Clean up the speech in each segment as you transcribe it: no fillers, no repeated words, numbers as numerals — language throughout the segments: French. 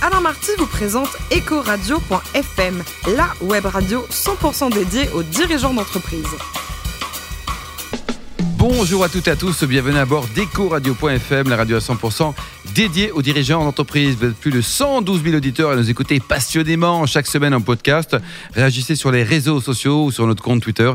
Alain Marty vous présente Ecoradio.fm, la web radio 100% dédiée aux dirigeants d'entreprise. Bonjour à toutes et à tous, bienvenue à bord d'Ecoradio.fm, la radio à 100% dédiée aux dirigeants d'entreprise. Vous êtes plus de 112 000 auditeurs à nous écouter passionnément chaque semaine en podcast. Réagissez sur les réseaux sociaux ou sur notre compte Twitter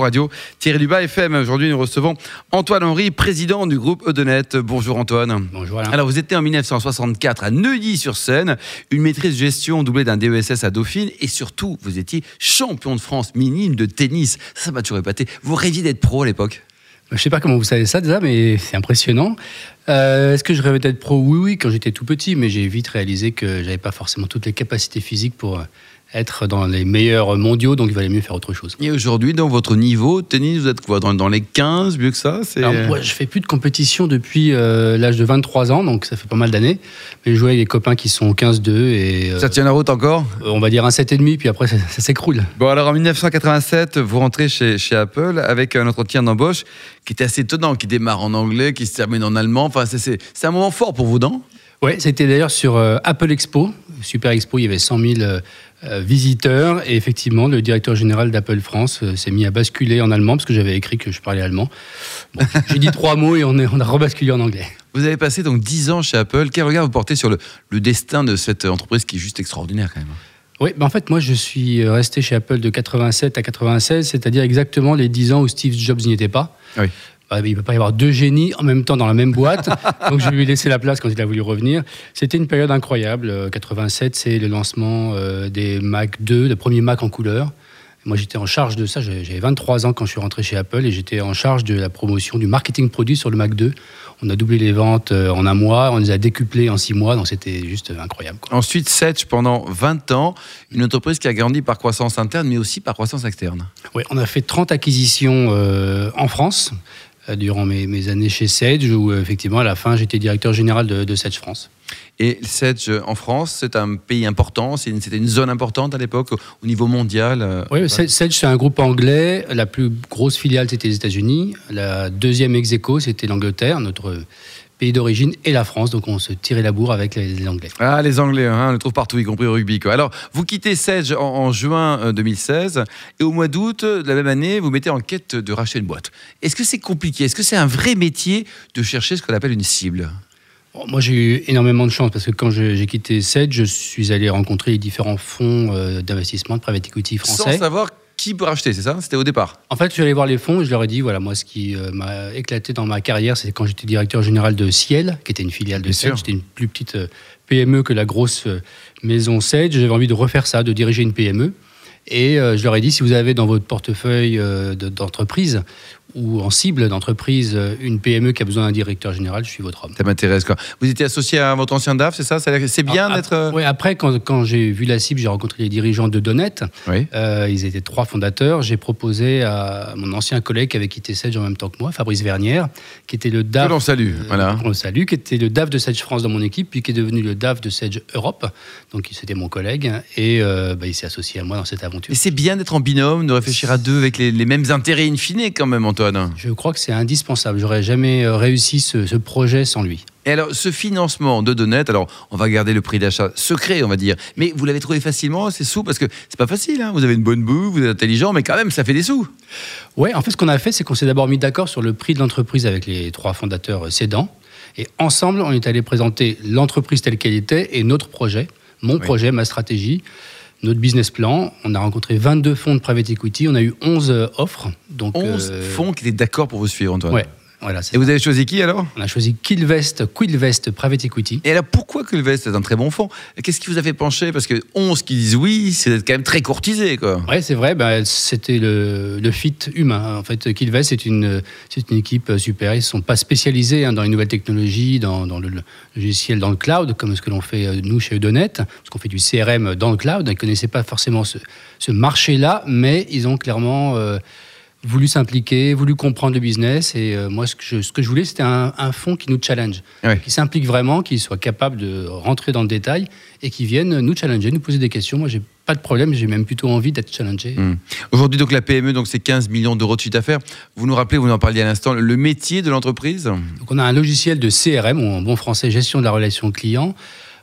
Ecoradio-FM. Aujourd'hui, nous recevons Antoine Henry, président du groupe Edenet. Bonjour Antoine. Bonjour Alain. Alors, vous étiez en 1964 à Neuilly-sur-Seine, une maîtrise de gestion doublée d'un DESS à Dauphine et surtout, vous étiez champion de France minime de tennis. Ça m'a toujours épaté. Vous rêviez d'être pro à l'époque ? Je ne sais pas comment vous savez ça déjà, mais c'est impressionnant. Est-ce que je rêvais d'être pro ? Oui, quand j'étais tout petit, mais j'ai vite réalisé que je n'avais pas forcément toutes les capacités physiques pour être dans les meilleurs mondiaux, donc il valait mieux faire autre chose. Et aujourd'hui, dans votre niveau tennis, vous êtes quoi, dans les 15, mieux que ça ? Alors, moi, je ne fais plus de compétition depuis l'âge de 23 ans, donc ça fait pas mal d'années. Mais je joue avec des copains qui sont 15-2. Et, ça tient la route encore ? On va dire un 7,5, puis après ça s'écroule. Bon, alors en 1987, vous rentrez chez Apple avec un entretien d'embauche qui était assez étonnant, qui démarre en anglais, qui se termine en allemand. Enfin, c'est un moment fort pour vous, non ? Oui, c'était d'ailleurs sur Apple Expo, Super Expo, il y avait 100 000 visiteurs. Et effectivement, le directeur général d'Apple France s'est mis à basculer en allemand, parce que j'avais écrit que je parlais allemand. Bon, j'ai dit 3 mots et on a rebasculé en anglais. Vous avez passé donc 10 ans chez Apple. Quel regard vous portez sur le destin de cette entreprise qui est juste extraordinaire quand même ? Oui, en fait, moi, je suis resté chez Apple de 87 à 96, c'est-à-dire exactement les 10 ans où Steve Jobs n'y était pas. Oui. Il ne peut pas y avoir 2 génies en même temps dans la même boîte, donc je lui ai laissé la place quand il a voulu revenir. C'était une période incroyable. 87, c'est le lancement des Mac 2, le premier Mac en couleur. Moi, j'étais en charge de ça. J'avais 23 ans quand je suis rentré chez Apple et j'étais en charge de la promotion du marketing produit sur le Mac 2. On a doublé les ventes en un mois, on les a décuplées en 6 mois, donc c'était juste incroyable, quoi. Ensuite, Sedge pendant 20 ans, une entreprise qui a grandi par croissance interne, mais aussi par croissance externe. Oui, on a fait 30 acquisitions en France durant mes années chez Sedge, où effectivement, à la fin, j'étais directeur général de Sedge France. Et Sedge en France, c'est un pays important, c'était une zone importante à l'époque au niveau mondial. Oui, Sedge, c'est un groupe anglais. La plus grosse filiale, c'était les États-Unis. La deuxième ex-aequo, c'était l'Angleterre, notre pays d'origine, et la France. Donc on se tirait la bourre avec les Anglais. Ah, les Anglais, on le trouve partout, y compris au rugby, quoi. Alors, vous quittez Sedge en juin 2016, et au mois d'août de la même année, vous mettez en quête de racheter une boîte. Est-ce que c'est compliqué ? Est-ce que c'est un vrai métier de chercher ce qu'on appelle une cible ? Moi, j'ai eu énormément de chance parce que quand j'ai quitté Sedge, je suis allé rencontrer les différents fonds d'investissement de private equity français. Sans savoir qui peut racheter, c'est ça ? C'était au départ ? En fait, je suis allé voir les fonds et je leur ai dit, voilà, moi, ce qui m'a éclaté dans ma carrière, c'est quand j'étais directeur général de Ciel, qui était une filiale de Sedge. C'était une plus petite PME que la grosse maison Sedge. J'avais envie de refaire ça, de diriger une PME. Et je leur ai dit, si vous avez dans votre portefeuille d'entreprise ou en cible d'entreprise une PME qui a besoin d'un directeur général, je suis votre homme. Ça m'intéresse, quoi. Vous étiez associé à votre ancien DAF, c'est ça ? C'est bien d'être... Oui, après, quand j'ai vu la cible, j'ai rencontré les dirigeants de Edenet. Oui. Ils étaient 3 fondateurs. J'ai proposé à mon ancien collègue qui avait quitté Sedge en même temps que moi, Fabrice Vernière, qui était le DAF... Que l'on salue, voilà. On le salue, qui était le DAF de Sedge France dans mon équipe, puis qui est devenu le DAF de Sedge Europe. Donc, c'était mon collègue. Et il s'est associé à moi dans cette aventure. Et c'est bien d'être en binôme, de réfléchir à deux avec les mêmes intérêts in fine, quand même, Antoine. Je crois que c'est indispensable. J'aurais jamais réussi ce projet sans lui. Et alors, ce financement d'Edenet, alors on va garder le prix d'achat secret, on va dire, mais vous l'avez trouvé facilement, ces sous, parce que c'est pas facile, hein. Vous avez une bonne boue, vous êtes intelligent, mais quand même, ça fait des sous. Oui, en fait, ce qu'on a fait, c'est qu'on s'est d'abord mis d'accord sur le prix de l'entreprise avec les 3 fondateurs cédants. Et ensemble, on est allé présenter l'entreprise telle qu'elle était et notre projet, mon projet, ma stratégie, notre business plan. On a rencontré 22 fonds de private equity, on a eu 11 offres. Donc, 11 fonds qui étaient d'accord pour vous suivre, Antoine. Ouais. Voilà, et vous avez choisi qui alors ? On a choisi Quilvest Private Equity. Et alors pourquoi Quilvest est un très bon fonds ? Qu'est-ce qui vous a fait pencher ? Parce que 11 qui disent oui, c'est quand même très courtisé, quoi. Oui, c'est vrai, c'était le fit humain. En fait, Quilvest, c'est une équipe super. Ils ne sont pas spécialisés dans les nouvelles technologies, dans le logiciel dans le cloud, comme ce que l'on fait nous chez Edenet, parce qu'on fait du CRM dans le cloud. Ils ne connaissaient pas forcément ce marché-là, mais ils ont clairement... voulu s'impliquer, voulu comprendre le business. Et moi, ce que je voulais, c'était un fonds qui nous challenge, qui s'implique vraiment, qui soit capable de rentrer dans le détail et qui vienne nous challenger, nous poser des questions. Moi, j'ai pas de problème, j'ai même plutôt envie d'être challengé. Aujourd'hui, donc, la PME, donc, c'est 15 millions d'euros de chiffre d'affaires. Vous nous rappelez, vous en parliez à l'instant, le métier de l'entreprise ? Donc, on a un logiciel de CRM, ou en bon français, gestion de la relation client.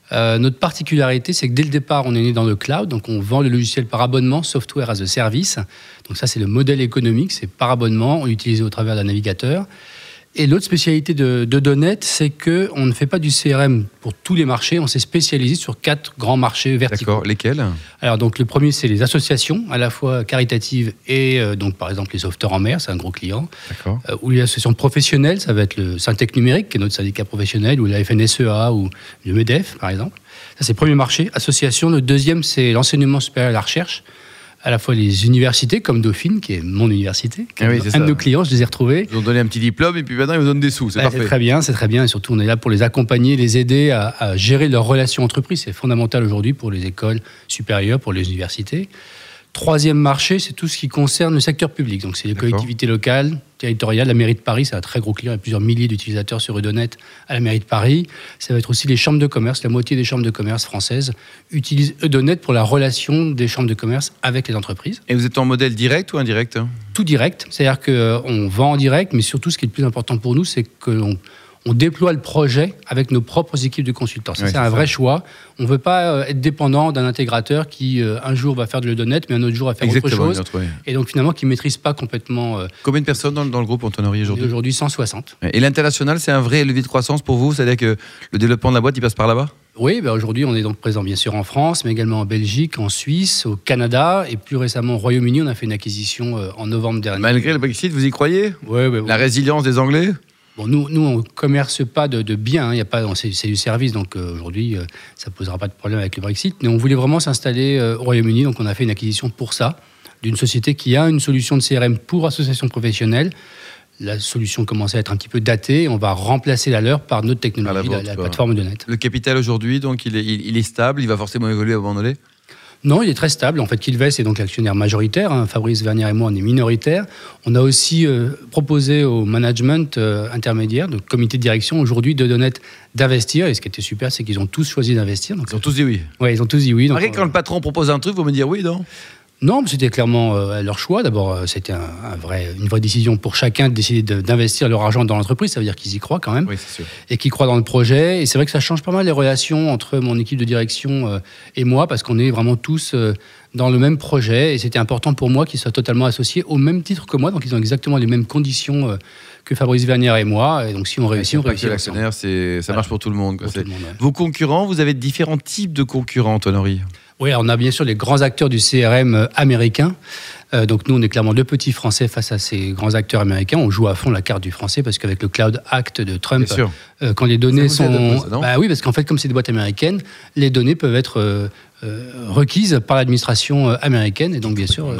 Notre particularité, c'est que dès le départ, on est né dans le cloud, donc on vend le logiciel par abonnement, software as a service. Donc ça, c'est le modèle économique, c'est par abonnement, on l'utilise au travers d'un navigateur. Et l'autre spécialité de Donnet, c'est qu'on ne fait pas du CRM pour tous les marchés, on s'est spécialisé sur 4 grands marchés verticaux. D'accord, lesquels ? Alors donc le premier, c'est les associations, à la fois caritatives et donc par exemple les sauveteurs en mer, c'est un gros client. D'accord. Ou les associations professionnelles, ça va être le Syntec Numérique, qui est notre syndicat professionnel, ou la FNSEA, ou le MEDEF par exemple. Ça c'est le premier marché, association. Le deuxième, c'est l'enseignement supérieur et la recherche. À la fois les universités, comme Dauphine, qui est mon université, qui est un de nos clients, je les ai retrouvés. Ils ont donné un petit diplôme et puis maintenant ils vous donnent des sous, c'est parfait. C'est très bien. Et surtout, on est là pour les accompagner, les aider à gérer leurs relations entreprises. C'est fondamental aujourd'hui pour les écoles supérieures, pour les universités. Troisième marché, c'est tout ce qui concerne le secteur public. Donc, c'est les collectivités locales, territoriales. La mairie de Paris, c'est un très gros client. Il y a plusieurs milliers d'utilisateurs sur Eudonnet à la mairie de Paris. Ça va être aussi les chambres de commerce. La moitié des chambres de commerce françaises utilisent Eudonnet pour la relation des chambres de commerce avec les entreprises. Et vous êtes en modèle direct ou indirect ? Tout direct. C'est-à-dire qu'on vend en direct, mais surtout, ce qui est le plus important pour nous, c'est que on déploie le projet avec nos propres équipes de consultants. Ça, c'est un vrai choix. On ne veut pas être dépendant d'un intégrateur qui, un jour, va faire de l'Eudonnet, mais un autre jour, va faire autre chose. Et donc, finalement, qui ne maîtrise pas complètement... Combien de personnes dans le groupe Antoine Henry aujourd'hui ? Aujourd'hui, 160. Et l'international, c'est un vrai levier de croissance pour vous ? C'est-à-dire que le développement de la boîte, il passe par là-bas ? Oui, aujourd'hui, on est donc présent, bien sûr, en France, mais également en Belgique, en Suisse, au Canada, et plus récemment au Royaume-Uni. On a fait une acquisition en novembre dernier. Malgré le Brexit, vous y croyez ? Oui. La résilience des Anglais ? Bon, nous, on ne commerce pas de biens, y a pas, c'est du service, donc aujourd'hui, ça ne posera pas de problème avec le Brexit. Mais on voulait vraiment s'installer au Royaume-Uni, donc on a fait une acquisition pour ça, d'une société qui a une solution de CRM pour associations professionnelles. La solution commençait à être un petit peu datée, et on va remplacer la leur par notre technologie, la plateforme Eudonnet. Le capital aujourd'hui, donc il est stable, il va forcément évoluer à un moment donné ? Non, il est très stable. En fait, Quilvest est donc l'actionnaire majoritaire. Fabrice Vernière et moi, on est minoritaires. On a aussi proposé au management intermédiaire, de comité de direction, aujourd'hui, d'Eudonnet d'investir. Et ce qui était super, c'est qu'ils ont tous choisi d'investir. Donc, ils ont tous dit oui. Oui, ils ont tous dit oui. Donc, quand le patron propose un truc, vous me dire oui, non ? Non, c'était clairement leur choix. D'abord, c'était une vraie décision pour chacun de décider d'investir leur argent dans l'entreprise. Ça veut dire qu'ils y croient quand même. Oui, c'est sûr. Et qu'ils croient dans le projet. Et c'est vrai que ça change pas mal les relations entre mon équipe de direction et moi, parce qu'on est vraiment tous dans le même projet. Et c'était important pour moi qu'ils soient totalement associés au même titre que moi. Donc, ils ont exactement les mêmes conditions que Fabrice Vernière et moi. Et donc, si on réussit, on réussit. L'actionnaire, ça marche pour tout le monde. Pour tout le monde, ouais. Vos concurrents, vous avez différents types de concurrents, Antoine Henry. Oui, on a bien sûr les grands acteurs du CRM américain. Donc nous, on est clairement deux petits Français face à ces grands acteurs américains. On joue à fond la carte du français parce qu'avec le Cloud Act de Trump, quand les données sont... oui, parce qu'en fait, comme c'est des boîtes américaines, les données peuvent être requises par l'administration américaine. Et donc, bien sûr...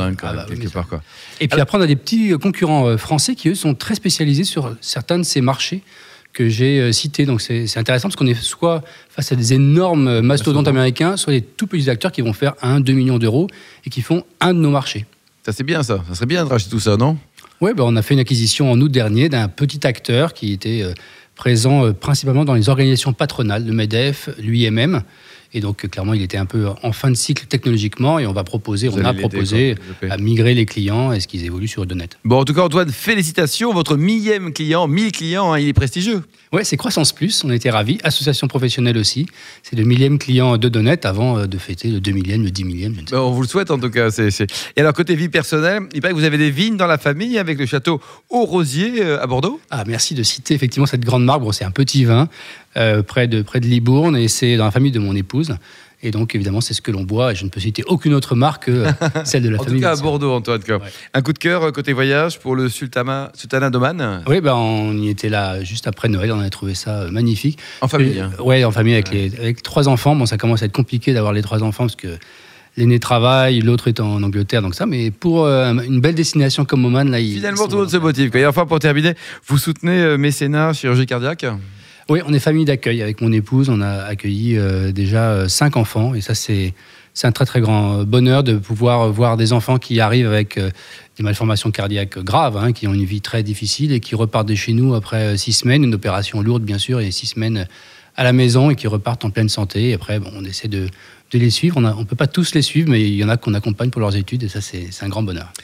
Et puis après, on a des petits concurrents français qui, eux, sont très spécialisés sur certains de ces marchés que j'ai cité. Donc c'est intéressant parce qu'on est soit face à des énormes mastodontes américains, soit des tout petits acteurs qui vont faire 1-2 millions d'euros et qui font un de nos marchés. Ça c'est bien ça. Ça serait bien de racheter tout ça, non ? Oui, on a fait une acquisition en août dernier d'un petit acteur qui était présent principalement dans les organisations patronales, le MEDEF, l'UIMM. Et donc, clairement, il était un peu en fin de cycle technologiquement et on a proposé à migrer les clients et ce qu'ils évoluent sur Eudonnet. Bon, en tout cas, Antoine, félicitations. Votre 1000e client, 1000 clients, il est prestigieux. Oui, c'est Croissance Plus. On était ravis. Association professionnelle aussi. C'est le 1000e client d'Eudonnet avant de fêter le 2000e, le 10 000e. On vous le souhaite en tout cas. Et alors, côté vie personnelle, il paraît que vous avez des vignes dans la famille avec le château Aux Rosiers à Bordeaux. Ah, merci de citer effectivement cette grande marque. Bon, c'est un petit vin près de Libourne et c'est dans la famille de mon épouse. Et donc, évidemment, c'est ce que l'on boit. Et je ne peux citer aucune autre marque que celle de la famille. En tout cas, à Bordeaux, Antoine. Ouais. Un coup de cœur côté voyage pour le Sultanat d'Oman. Oui, on y était là juste après Noël. On a trouvé ça magnifique. En famille. Oui, en famille avec 3 enfants. Bon, ça commence à être compliqué d'avoir les 3 enfants parce que l'aîné travaille, l'autre est en Angleterre, donc ça. Mais pour une belle destination comme Oman, là, finalement, tout le monde se motive. Et enfin, pour terminer, vous soutenez Mécénat Chirurgie Cardiaque ? Oui, on est famille d'accueil. Avec mon épouse, on a accueilli déjà 5 enfants. Et ça, c'est un très, très grand bonheur de pouvoir voir des enfants qui arrivent avec des malformations cardiaques graves, qui ont une vie très difficile et qui repartent de chez nous après 6 semaines, une opération lourde, bien sûr, et 6 semaines à la maison et qui repartent en pleine santé. Et après, on essaie de les suivre. On ne peut pas tous les suivre, mais il y en a qu'on accompagne pour leurs études et ça, c'est un grand bonheur.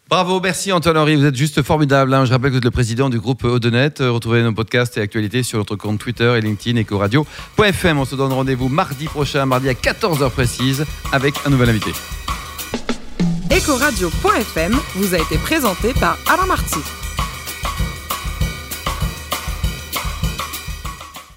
Bravo, merci Antoine-Henri, vous êtes juste formidable. Je rappelle que vous êtes le président du groupe Odenet. Retrouvez nos podcasts et actualités sur notre compte Twitter et LinkedIn ecoradio.fm. On se donne rendez-vous mardi prochain, mardi à 14h précise, avec un nouvel invité. Ecoradio.fm vous a été présenté par Alain Marty.